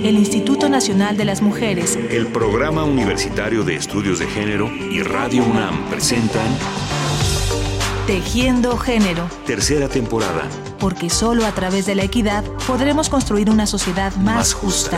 el Instituto Nacional de las Mujeres, el Programa Universitario de Estudios de Género y Radio UNAM presentan Tejiendo Género. Tercera temporada. Porque solo a través de la equidad podremos construir una sociedad más justa.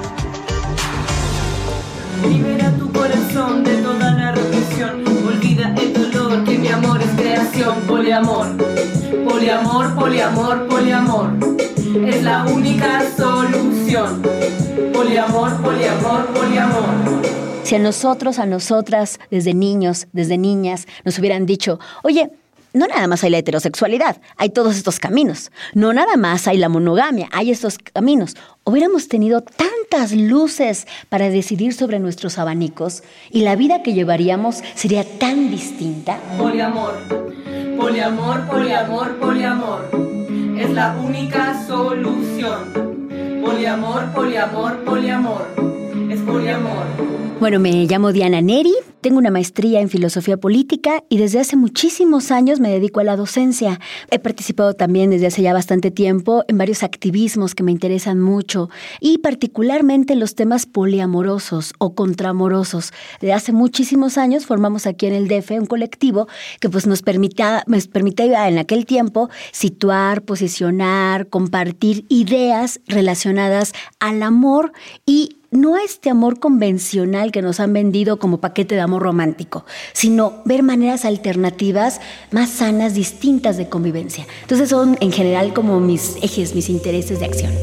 Libera tu corazón de toda la represión. Olvida el dolor, que mi amor es creación. Poliamor, poliamor, poliamor, poliamor. Es la única solución. Poliamor, poliamor, poliamor. Si a nosotros, a nosotras, desde niños, desde niñas, nos hubieran dicho, oye, no nada más hay la heterosexualidad, hay todos estos caminos. No nada más hay la monogamia, hay estos caminos. Hubiéramos tenido tantas luces para decidir sobre nuestros abanicos y la vida que llevaríamos sería tan distinta. Poliamor, poliamor, poliamor, poliamor. Es la única solución. Poliamor, poliamor, poliamor. Es poliamor. Bueno, me llamo Diana Neri, tengo una maestría en filosofía política y desde hace muchísimos años me dedico a la docencia. He participado también desde hace ya bastante tiempo en varios activismos que me interesan mucho y particularmente los temas poliamorosos o contraamorosos. Desde hace muchísimos años formamos aquí en el DF un colectivo que pues nos permitía en aquel tiempo situar, posicionar, compartir ideas relacionadas al amor y no a este amor convencional que nos han vendido como paquete de amor romántico, sino ver maneras alternativas más sanas, distintas de convivencia. Entonces son en general como mis ejes, mis intereses de acción.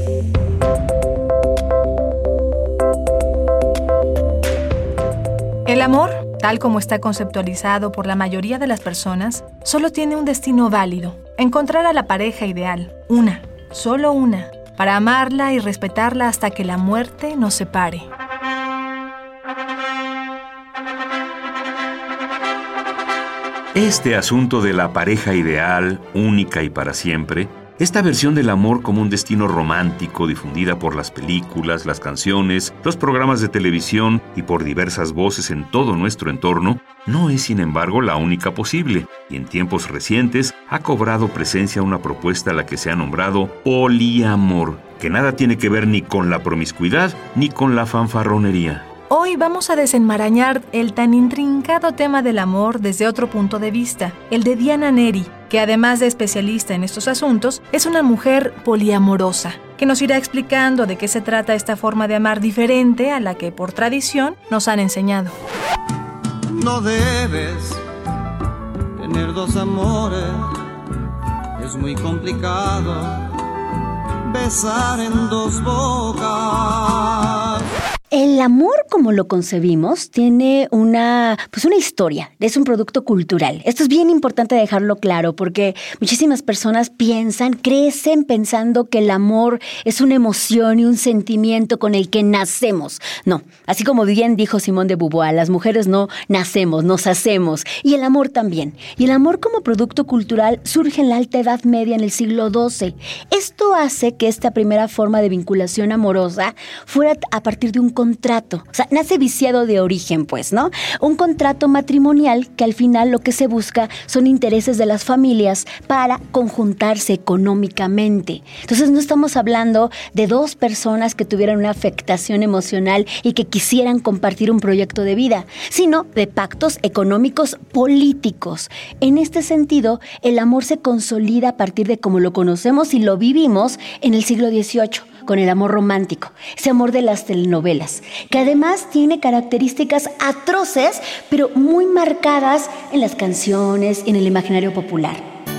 El amor, tal como está conceptualizado por la mayoría de las personas, solo tiene un destino válido: encontrar a la pareja ideal, una, solo una, para amarla y respetarla hasta que la muerte nos separe. Este asunto de la pareja ideal, única y para siempre, esta versión del amor como un destino romántico difundida por las películas, las canciones, los programas de televisión y por diversas voces en todo nuestro entorno, no es sin embargo la única posible, y en tiempos recientes ha cobrado presencia una propuesta a la que se ha nombrado poliamor, que nada tiene que ver ni con la promiscuidad ni con la fanfarronería. Hoy vamos a desenmarañar el tan intrincado tema del amor desde otro punto de vista, el de Diana Neri, que además de especialista en estos asuntos, es una mujer poliamorosa, que nos irá explicando de qué se trata esta forma de amar diferente a la que por tradición nos han enseñado. No debes tener dos amores, es muy complicado besar en dos bocas. El amor, como lo concebimos, tiene una historia, es un producto cultural. Esto es bien importante dejarlo claro porque muchísimas personas crecen pensando que el amor es una emoción y un sentimiento con el que nacemos. No, así como bien dijo Simone de Beauvoir, las mujeres no nacemos, nos hacemos. Y el amor también. Y el amor como producto cultural surge en la Alta Edad Media, en el siglo XII. Esto hace que esta primera forma de vinculación amorosa fuera a partir de un contrato. O sea, nace viciado de origen, pues, ¿no? Un contrato matrimonial que al final lo que se busca son intereses de las familias para conjuntarse económicamente. Entonces no estamos hablando de dos personas que tuvieran una afectación emocional y que quisieran compartir un proyecto de vida, sino de pactos económicos políticos. En este sentido, el amor se consolida a partir de cómo lo conocemos y lo vivimos en el siglo XVIII. Con el amor romántico, ese amor de las telenovelas, que además tiene características atroces, pero muy marcadas en las canciones y en el imaginario popular.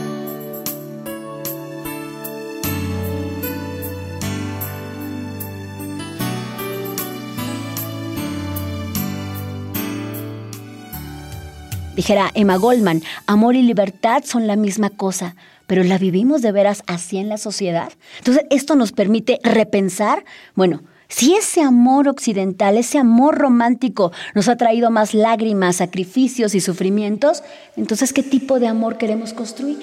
Dijera Emma Goldman, amor y libertad son la misma cosa, pero ¿la vivimos de veras así en la sociedad? Entonces, esto nos permite repensar, si ese amor occidental, ese amor romántico nos ha traído más lágrimas, sacrificios y sufrimientos, entonces, ¿qué tipo de amor queremos construir?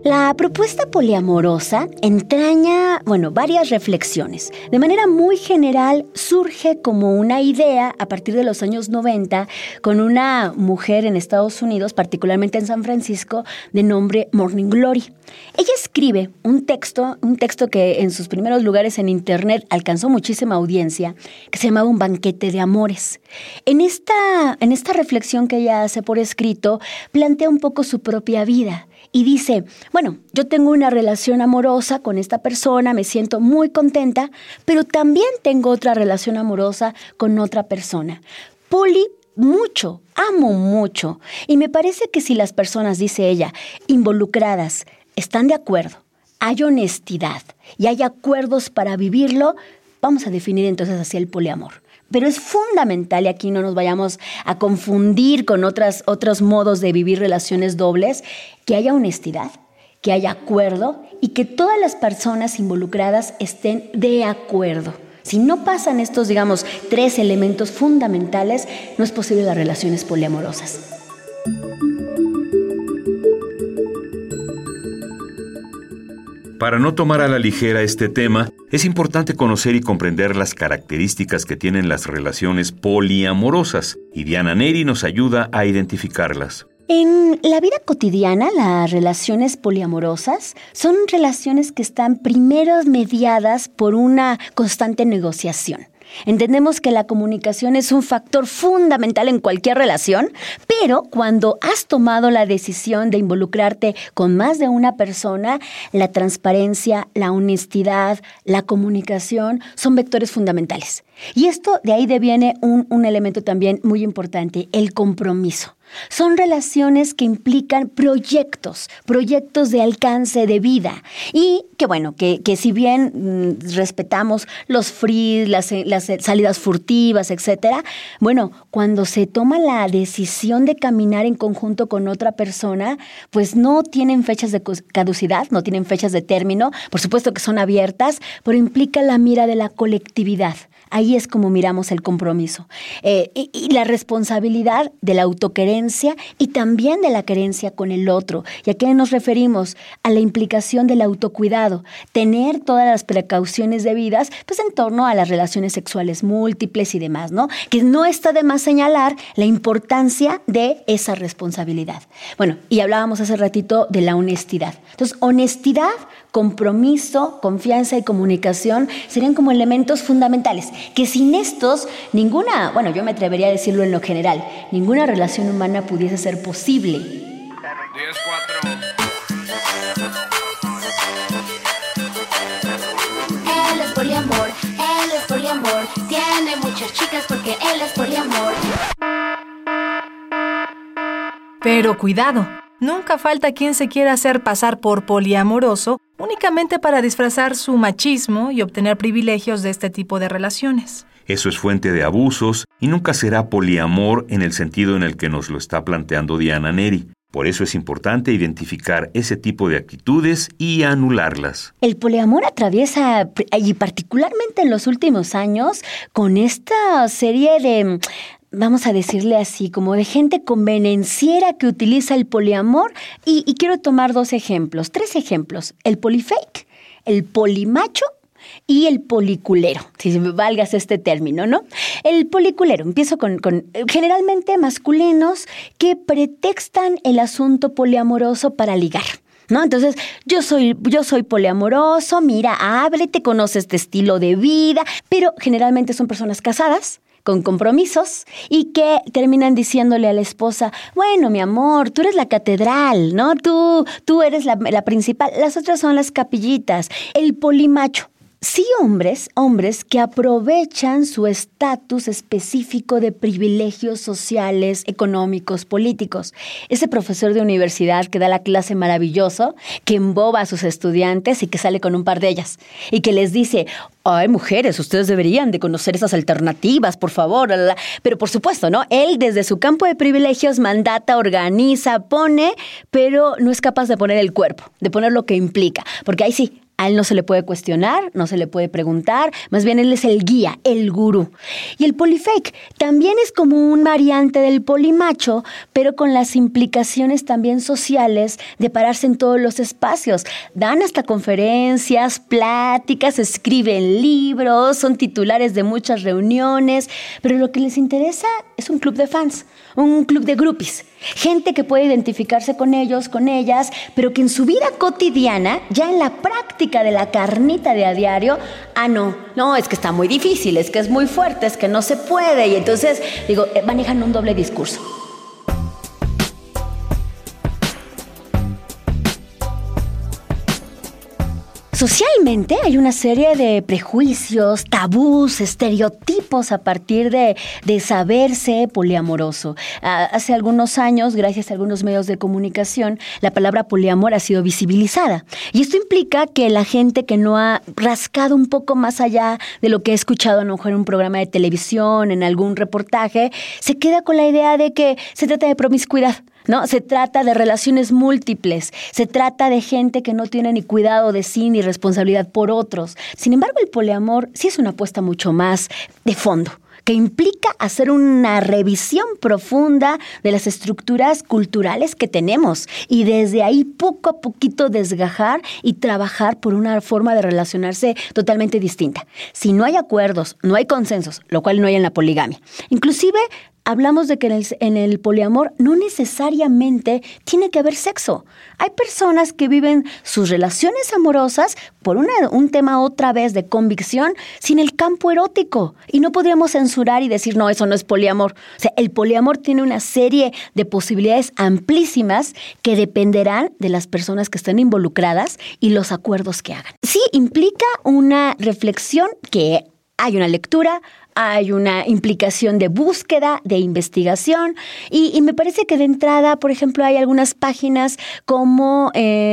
La propuesta poliamorosa entraña, varias reflexiones. De manera muy general, surge como una idea a partir de los años 90 con una mujer en Estados Unidos, particularmente en San Francisco, de nombre Morning Glory. Ella escribe un texto que en sus primeros lugares en Internet alcanzó muchísima audiencia, que se llamaba Un banquete de amores. En esta reflexión que ella hace por escrito, plantea un poco su propia vida. Y dice, yo tengo una relación amorosa con esta persona, me siento muy contenta, pero también tengo otra relación amorosa con otra persona. Mucho, amo mucho. Y me parece que si las personas, dice ella, involucradas, están de acuerdo, hay honestidad y hay acuerdos para vivirlo, vamos a definir entonces así el poliamor. Pero es fundamental, y aquí no nos vayamos a confundir con otros modos de vivir relaciones dobles, que haya honestidad, que haya acuerdo y que todas las personas involucradas estén de acuerdo. Si no pasan estos, 3 elementos fundamentales, no es posible las relaciones poliamorosas. Para no tomar a la ligera este tema, es importante conocer y comprender las características que tienen las relaciones poliamorosas, y Diana Neri nos ayuda a identificarlas. En la vida cotidiana, las relaciones poliamorosas son relaciones que están primero mediadas por una constante negociación. Entendemos que la comunicación es un factor fundamental en cualquier relación, pero cuando has tomado la decisión de involucrarte con más de una persona, la transparencia, la honestidad, la comunicación son vectores fundamentales. Y de ahí deviene un elemento también muy importante, el compromiso. Son relaciones que implican proyectos de alcance de vida y que si bien respetamos los free, las salidas furtivas, etcétera, cuando se toma la decisión de caminar en conjunto con otra persona, pues no tienen fechas de caducidad, no tienen fechas de término, por supuesto que son abiertas, pero implica la mira de la colectividad. Ahí es como miramos el compromiso y la responsabilidad de la autoquerencia y también de la querencia con el otro. ¿Y a qué nos referimos? A la implicación del autocuidado, tener todas las precauciones debidas pues en torno a las relaciones sexuales múltiples y demás, ¿no? Que no está de más señalar la importancia de esa responsabilidad. Bueno, y hablábamos hace ratito de la honestidad. Entonces, honestidad, compromiso, confianza y comunicación serían como elementos fundamentales, que sin estos, yo me atrevería a decirlo en lo general, ninguna relación humana pudiese ser posible. 10-4. Él es poliamor, tiene muchas chicas porque él es poliamor. Pero cuidado, nunca falta quien se quiera hacer pasar por poliamoroso únicamente para disfrazar su machismo y obtener privilegios de este tipo de relaciones. Eso es fuente de abusos y nunca será poliamor en el sentido en el que nos lo está planteando Diana Neri. Por eso es importante identificar ese tipo de actitudes y anularlas. El poliamor atraviesa, y particularmente en los últimos años, con esta serie de, vamos a decirle así, como de gente convenenciera que utiliza el poliamor. Y quiero tomar 3 ejemplos. El polifake, el polimacho y el policulero, si me valgas este término, ¿no? El policulero, empiezo con generalmente masculinos que pretextan el asunto poliamoroso para ligar, ¿no? Entonces, yo soy poliamoroso, mira, ábrete, conoce este estilo de vida, pero generalmente son personas casadas, con compromisos y que terminan diciéndole a la esposa, bueno, mi amor, tú eres la catedral, ¿no? Tú eres la principal, las otras son las capillitas. El polimacho. Sí, hombres que aprovechan su estatus específico de privilegios sociales, económicos, políticos. Ese profesor de universidad que da la clase maravilloso, que emboba a sus estudiantes y que sale con un par de ellas y que les dice, ay, mujeres, ustedes deberían de conocer esas alternativas, por favor. Pero por supuesto, ¿no? Él desde su campo de privilegios mandata, organiza, pone, pero no es capaz de poner el cuerpo, de poner lo que implica. Porque ahí sí, A él no se le puede cuestionar, no se le puede preguntar, más bien él es el guía, el gurú. Y el polifake también es como un variante del polimacho, pero con las implicaciones también sociales de pararse en todos los espacios. Dan hasta conferencias, pláticas, escriben libros, son titulares de muchas reuniones, pero lo que les interesa es un club de fans, un club de groupies. Gente que puede identificarse con ellos, con ellas, pero que en su vida cotidiana, ya en la práctica de la carnita de a diario, no, es que está muy difícil, es que es muy fuerte, es que no se puede. Y entonces, manejan un doble discurso. Socialmente hay una serie de prejuicios, tabús, estereotipos a partir de saberse poliamoroso. Hace algunos años, gracias a algunos medios de comunicación, la palabra poliamor ha sido visibilizada. Y esto implica que la gente que no ha rascado un poco más allá de lo que ha escuchado a lo mejor en un programa de televisión, en algún reportaje, se queda con la idea de que se trata de promiscuidad. ¿No? Se trata de relaciones múltiples, se trata de gente que no tiene ni cuidado de sí ni responsabilidad por otros. Sin embargo, el poliamor sí es una apuesta mucho más de fondo, que implica hacer una revisión profunda de las estructuras culturales que tenemos y desde ahí poco a poquito desgajar y trabajar por una forma de relacionarse totalmente distinta. Si no hay acuerdos, no hay consensos, lo cual no hay en la poligamia. Inclusive, hablamos de que en el poliamor no necesariamente tiene que haber sexo. Hay personas que viven sus relaciones amorosas por un tema otra vez de convicción sin el campo erótico. Y no podríamos censurar y decir, no, eso no es poliamor. O sea, el poliamor tiene una serie de posibilidades amplísimas que dependerán de las personas que estén involucradas y los acuerdos que hagan. Sí, implica una reflexión que hay una lectura, hay una implicación de búsqueda, de investigación y me parece que de entrada, por ejemplo, hay algunas páginas como,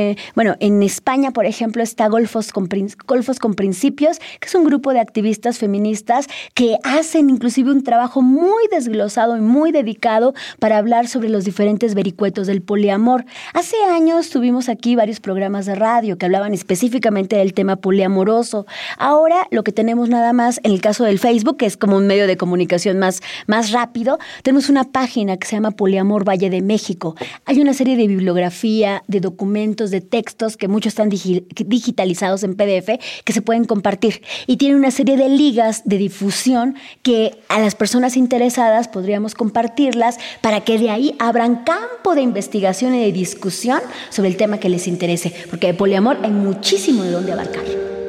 en España, por ejemplo, está Golfos con Principios, que es un grupo de activistas feministas que hacen inclusive un trabajo muy desglosado y muy dedicado para hablar sobre los diferentes vericuetos del poliamor. Hace años tuvimos aquí varios programas de radio que hablaban específicamente del tema poliamoroso. Ahora lo que tenemos nada más en el caso del Facebook, que es como un medio de comunicación más rápido, tenemos una página que se llama Poliamor Valle de México. Hay una serie de bibliografía, de documentos, de textos que muchos están digitalizados en PDF que se pueden compartir y tiene una serie de ligas de difusión que a las personas interesadas podríamos compartirlas para que de ahí abran campo de investigación y de discusión sobre el tema que les interese, porque de poliamor hay muchísimo de dónde abarcar.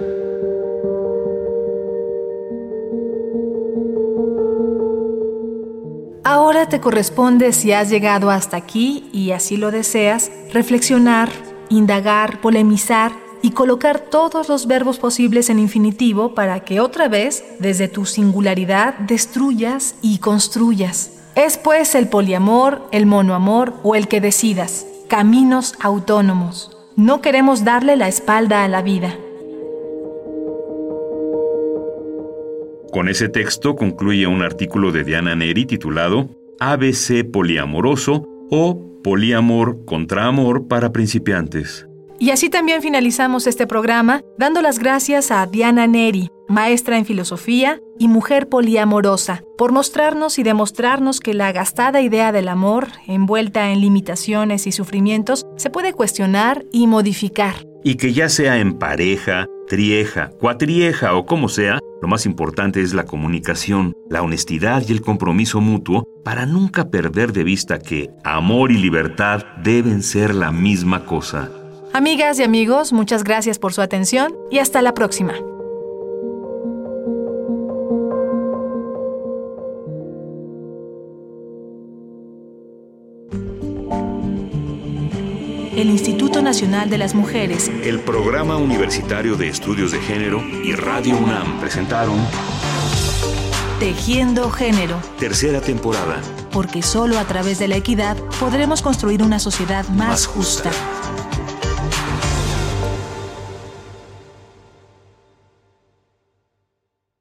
Ahora te corresponde, si has llegado hasta aquí y así lo deseas, reflexionar, indagar, polemizar y colocar todos los verbos posibles en infinitivo para que otra vez, desde tu singularidad, destruyas y construyas. Es pues el poliamor, el monoamor o el que decidas. Caminos autónomos. No queremos darle la espalda a la vida. Con ese texto concluye un artículo de Diana Neri titulado ABC Poliamoroso o Poliamor contra Amor para principiantes. Y así también finalizamos este programa dando las gracias a Diana Neri, maestra en filosofía y mujer poliamorosa, por mostrarnos y demostrarnos que la gastada idea del amor, envuelta en limitaciones y sufrimientos, se puede cuestionar y modificar. Y que ya sea en pareja, trieja, cuatrieja o como sea, lo más importante es la comunicación, la honestidad y el compromiso mutuo para nunca perder de vista que amor y libertad deben ser la misma cosa. Amigas y amigos, muchas gracias por su atención y hasta la próxima. El Instituto Nacional de las Mujeres, el Programa Universitario de Estudios de Género y Radio UNAM presentaron Tejiendo Género, tercera temporada. Porque solo a través de la equidad podremos construir una sociedad más justa.